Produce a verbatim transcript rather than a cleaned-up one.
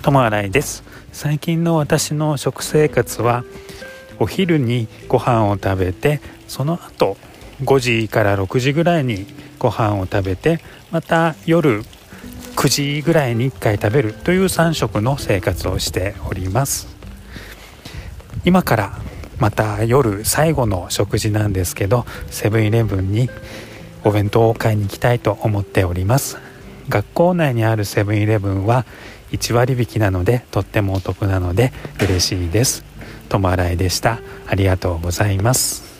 友新井です。最近の私の食生活は、お昼にご飯を食べて、その後ごじからろくじぐらいにご飯を食べて、また夜くじぐらいにいっかい食べるというさん食の生活をしております。今からまた夜最後の食事なんですけど、セブンイレブンにお弁当を買いに行きたいと思っております。学校内にあるセブンイレブンはいち割引きなので、とってもお得なので嬉しいです。友新井でした。ありがとうございます。